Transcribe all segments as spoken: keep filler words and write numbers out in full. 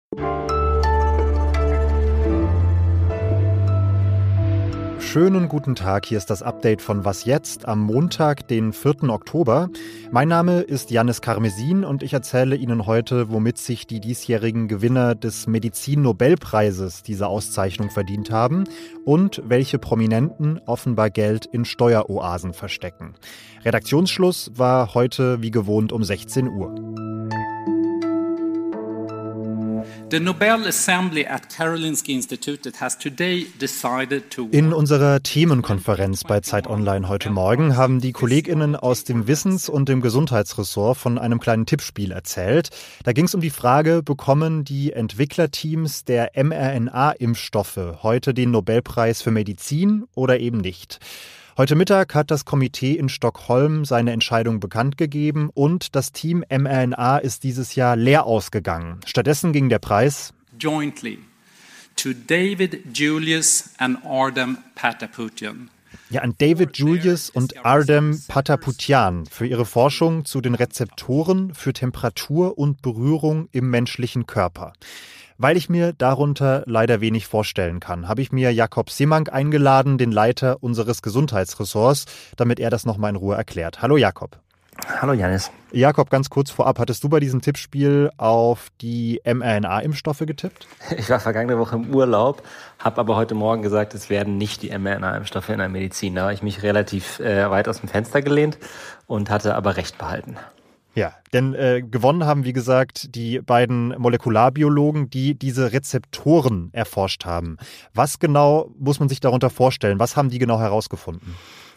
Schönen guten Tag, hier ist das Update von Was jetzt am Montag, den vierten Oktober. Mein Name ist Yannis Karmesin und ich erzähle Ihnen heute, womit sich die diesjährigen Gewinner des Medizin-Nobelpreises diese Auszeichnung verdient haben und welche Prominenten offenbar Geld in Steueroasen verstecken. Redaktionsschluss war heute wie gewohnt um sechzehn Uhr. The Nobel Assembly at Karolinska Institute has today decided to... In unserer Themenkonferenz bei Zeit Online heute Morgen haben die KollegInnen aus dem Wissens- und dem Gesundheitsressort von einem kleinen Tippspiel erzählt. Da ging es um die Frage, bekommen die Entwicklerteams der mRNA-Impfstoffe heute den Nobelpreis für Medizin oder eben nicht? Heute Mittag hat das Komitee in Stockholm seine Entscheidung bekannt gegeben und das Team mRNA ist dieses Jahr leer ausgegangen. Stattdessen ging der Preis jointly to David Julius and Ardem Pataputian. Ja, an David Julius und Ardem Pataputian für ihre Forschung zu den Rezeptoren für Temperatur und Berührung im menschlichen Körper. Weil ich mir darunter leider wenig vorstellen kann, habe ich mir Jakob Simank eingeladen, den Leiter unseres Gesundheitsressorts, damit er das nochmal in Ruhe erklärt. Hallo Jakob. Hallo Yannis. Jakob, ganz kurz vorab, hattest du bei diesem Tippspiel auf die mRNA-Impfstoffe getippt? Ich war vergangene Woche im Urlaub, habe aber heute Morgen gesagt, es werden nicht die mRNA-Impfstoffe in der Medizin. Da habe ich mich relativ äh, weit aus dem Fenster gelehnt und hatte aber recht behalten. Ja, denn äh, gewonnen haben, wie gesagt, die beiden Molekularbiologen, die diese Rezeptoren erforscht haben. Was genau muss man sich darunter vorstellen? Was haben die genau herausgefunden?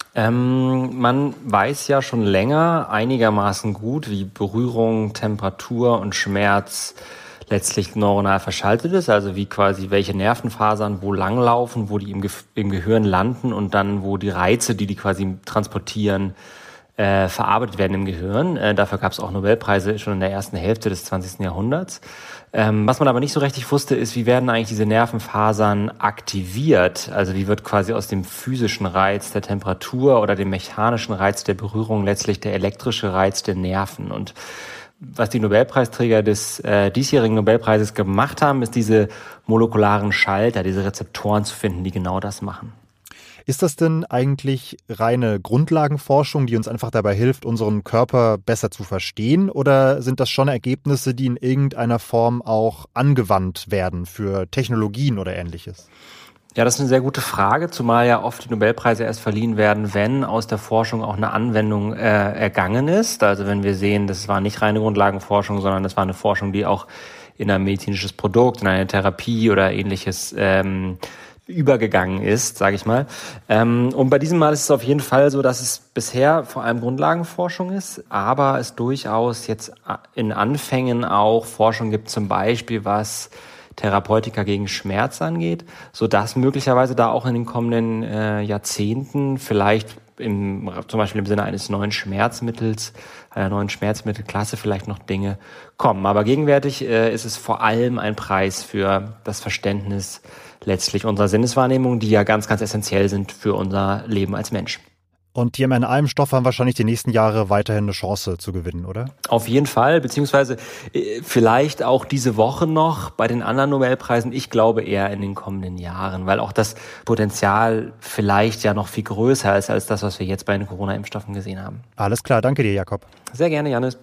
Ähm, man weiß ja schon länger einigermaßen gut, wie Berührung, Temperatur und Schmerz letztlich neuronal verschaltet ist, also wie quasi welche Nervenfasern wo langlaufen, wo die im, Ge- im Gehirn landen und dann wo die Reize, die die quasi transportieren, Äh, verarbeitet werden im Gehirn. Äh, dafür gab es auch Nobelpreise schon in der ersten Hälfte des zwanzigsten Jahrhunderts. Ähm, was man aber nicht so richtig wusste, ist, wie werden eigentlich diese Nervenfasern aktiviert? Also wie wird quasi aus dem physischen Reiz der Temperatur oder dem mechanischen Reiz der Berührung letztlich der elektrische Reiz der Nerven? Und was die Nobelpreisträger des äh, diesjährigen Nobelpreises gemacht haben, ist diese molekularen Schalter, diese Rezeptoren zu finden, die genau das machen. Ist das denn eigentlich reine Grundlagenforschung, die uns einfach dabei hilft, unseren Körper besser zu verstehen? Oder sind das schon Ergebnisse, die in irgendeiner Form auch angewandt werden für Technologien oder Ähnliches? Ja, das ist eine sehr gute Frage, zumal ja oft die Nobelpreise erst verliehen werden, wenn aus der Forschung auch eine Anwendung äh, ergangen ist. Also wenn wir sehen, das war nicht reine Grundlagenforschung, sondern das war eine Forschung, die auch in ein medizinisches Produkt, in eine Therapie oder Ähnliches ähm, übergegangen ist, sage ich mal. Ähm, und bei diesem Mal ist es auf jeden Fall so, dass es bisher vor allem Grundlagenforschung ist, aber es durchaus jetzt in Anfängen auch Forschung gibt, zum Beispiel was Therapeutika gegen Schmerz angeht, sodass möglicherweise da auch in den kommenden äh, Jahrzehnten vielleicht im, zum Beispiel im Sinne eines neuen Schmerzmittels, einer neuen Schmerzmittelklasse vielleicht noch Dinge kommen. Aber gegenwärtig äh, ist es vor allem ein Preis für das Verständnis letztlich unserer Sinneswahrnehmung, die ja ganz, ganz essentiell sind für unser Leben als Mensch. Und die mRNA-Impfstoffe haben wahrscheinlich die nächsten Jahre weiterhin eine Chance zu gewinnen, oder? Auf jeden Fall, beziehungsweise äh, vielleicht auch diese Woche noch bei den anderen Nobelpreisen. Ich glaube eher in den kommenden Jahren, weil auch das Potenzial vielleicht ja noch viel größer ist als das, was wir jetzt bei den Corona-Impfstoffen gesehen haben. Alles klar, danke dir, Jakob. Sehr gerne, Yannis.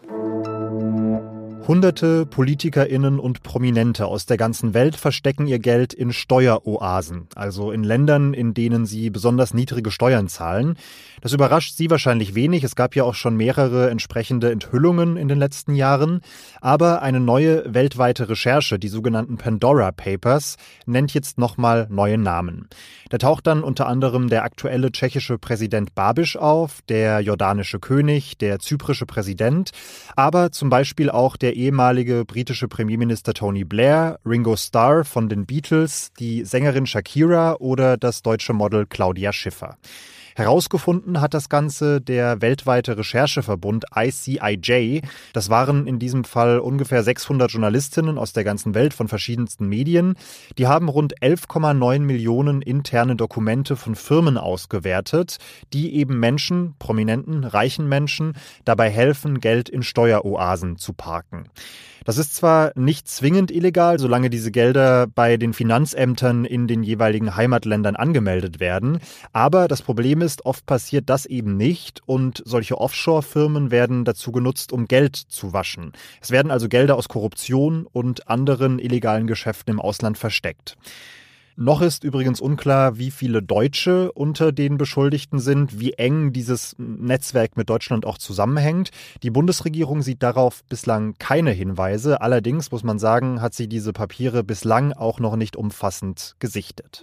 Hunderte PolitikerInnen und Prominente aus der ganzen Welt verstecken ihr Geld in Steueroasen, also in Ländern, in denen sie besonders niedrige Steuern zahlen. Das überrascht Sie wahrscheinlich wenig. Es gab ja auch schon mehrere entsprechende Enthüllungen in den letzten Jahren. Aber eine neue weltweite Recherche, die sogenannten Pandora Papers, nennt jetzt nochmal neue Namen. Da taucht dann unter anderem der aktuelle tschechische Präsident Babiš auf, der jordanische König, der zyprische Präsident, aber zum Beispiel auch der ehemalige britische Premierminister Tony Blair, Ringo Starr von den Beatles, die Sängerin Shakira oder das deutsche Model Claudia Schiffer. Herausgefunden hat das Ganze der weltweite Rechercheverbund I C I J. Das waren in diesem Fall ungefähr sechshundert Journalistinnen aus der ganzen Welt von verschiedensten Medien. Die haben rund elf Komma neun Millionen interne Dokumente von Firmen ausgewertet, die eben Menschen, prominenten, reichen Menschen, dabei helfen, Geld in Steueroasen zu parken. Das ist zwar nicht zwingend illegal, solange diese Gelder bei den Finanzämtern in den jeweiligen Heimatländern angemeldet werden, aber das Problem ist, oft passiert das eben nicht und solche Offshore-Firmen werden dazu genutzt, um Geld zu waschen. Es werden also Gelder aus Korruption und anderen illegalen Geschäften im Ausland versteckt. Noch ist übrigens unklar, wie viele Deutsche unter den Beschuldigten sind, wie eng dieses Netzwerk mit Deutschland auch zusammenhängt. Die Bundesregierung sieht darauf bislang keine Hinweise. Allerdings, muss man sagen, hat sie diese Papiere bislang auch noch nicht umfassend gesichtet.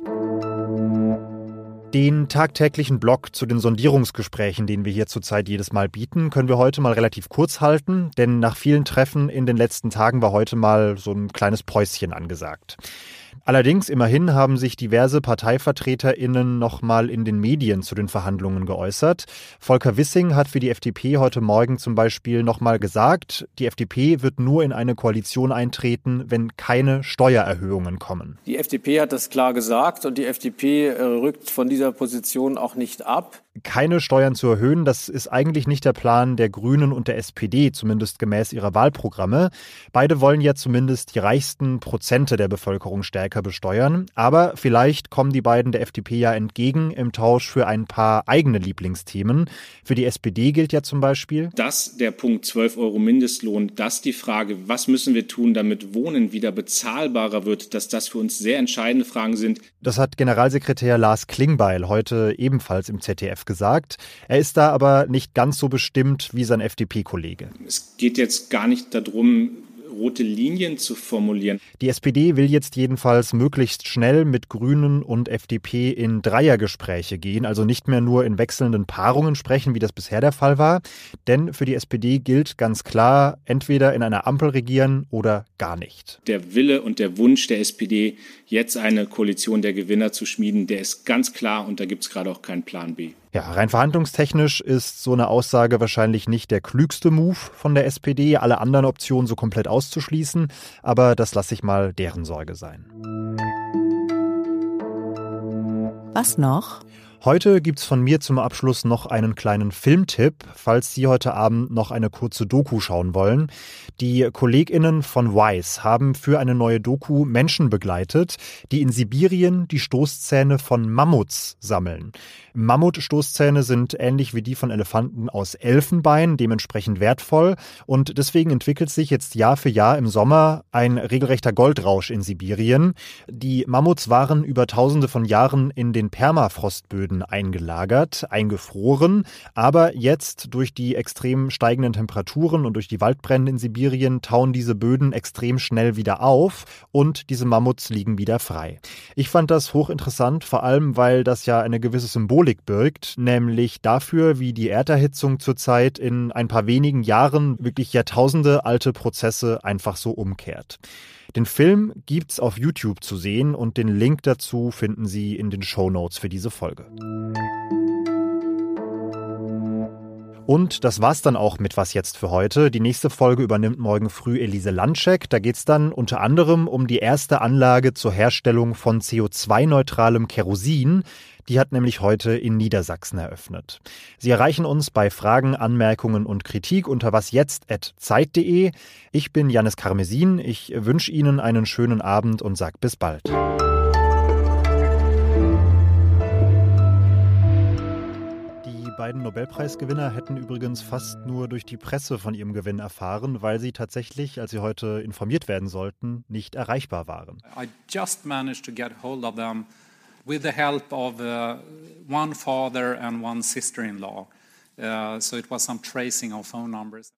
Den tagtäglichen Blog zu den Sondierungsgesprächen, den wir hier zurzeit jedes Mal bieten, können wir heute mal relativ kurz halten, denn nach vielen Treffen in den letzten Tagen war heute mal so ein kleines Päuschen angesagt. Allerdings, immerhin haben sich diverse ParteivertreterInnen nochmal in den Medien zu den Verhandlungen geäußert. Volker Wissing hat für die F D P heute Morgen zum Beispiel nochmal gesagt, die F D P wird nur in eine Koalition eintreten, wenn keine Steuererhöhungen kommen. Die F D P hat das klar gesagt und die F D P rückt von dieser Position auch nicht ab. Keine Steuern zu erhöhen, das ist eigentlich nicht der Plan der Grünen und der S P D, zumindest gemäß ihrer Wahlprogramme. Beide wollen ja zumindest die reichsten Prozente der Bevölkerung stärker besteuern. Aber vielleicht kommen die beiden der F D P ja entgegen im Tausch für ein paar eigene Lieblingsthemen. Für die S P D gilt ja zum Beispiel, dass der Punkt zwölf Euro Mindestlohn, dass die Frage, was müssen wir tun, damit Wohnen wieder bezahlbarer wird, dass das für uns sehr entscheidende Fragen sind. Das hat Generalsekretär Lars Klingbeil heute ebenfalls im Z D F gesagt. Er ist da aber nicht ganz so bestimmt wie sein F D P-Kollege. Es geht jetzt gar nicht darum, rote Linien zu formulieren. Die S P D will jetzt jedenfalls möglichst schnell mit Grünen und F D P in Dreiergespräche gehen, also nicht mehr nur in wechselnden Paarungen sprechen, wie das bisher der Fall war. Denn für die S P D gilt ganz klar, entweder in einer Ampel regieren oder gar nicht. Der Wille und der Wunsch der S P D, jetzt eine Koalition der Gewinner zu schmieden, der ist ganz klar und da gibt es gerade auch keinen Plan B. Ja, rein verhandlungstechnisch ist so eine Aussage wahrscheinlich nicht der klügste Move von der S P D, alle anderen Optionen so komplett auszuschließen, aber das lasse ich mal deren Sorge sein. Was noch? Heute gibt's von mir zum Abschluss noch einen kleinen Filmtipp, falls Sie heute Abend noch eine kurze Doku schauen wollen. Die KollegInnen von Vice haben für eine neue Doku Menschen begleitet, die in Sibirien die Stoßzähne von Mammuts sammeln. Mammutstoßzähne sind ähnlich wie die von Elefanten aus Elfenbein, dementsprechend wertvoll. Und deswegen entwickelt sich jetzt Jahr für Jahr im Sommer ein regelrechter Goldrausch in Sibirien. Die Mammuts waren über tausende von Jahren in den Permafrostböden eingelagert, eingefroren. Aber jetzt durch die extrem steigenden Temperaturen und durch die Waldbrände in Sibirien tauen diese Böden extrem schnell wieder auf und diese Mammuts liegen wieder frei. Ich fand das hochinteressant, vor allem weil das ja eine gewisse Symbolik birgt, nämlich dafür, wie die Erderhitzung zurzeit in ein paar wenigen Jahren wirklich Jahrtausende alte Prozesse einfach so umkehrt. Den Film gibt's auf YouTube zu sehen und den Link dazu finden Sie in den Shownotes für diese Folge. Und das war's dann auch mit Was jetzt für heute. Die nächste Folge übernimmt morgen früh Elise Landschek. Da geht's dann unter anderem um die erste Anlage zur Herstellung von C O zwei neutralem Kerosin. Die hat nämlich heute in Niedersachsen eröffnet. Sie erreichen uns bei Fragen, Anmerkungen und Kritik unter wasjetzt at zeit punkt de. Ich bin Jannis Karmesin. Ich wünsche Ihnen einen schönen Abend und sag bis bald. Die beiden Nobelpreisgewinner hätten übrigens fast nur durch die Presse von ihrem Gewinn erfahren, weil sie tatsächlich, als sie heute informiert werden sollten, nicht erreichbar waren. I just managed to get hold of them with the help of uh, one father and one sister-in-law. Uh, so it was some tracing of phone numbers.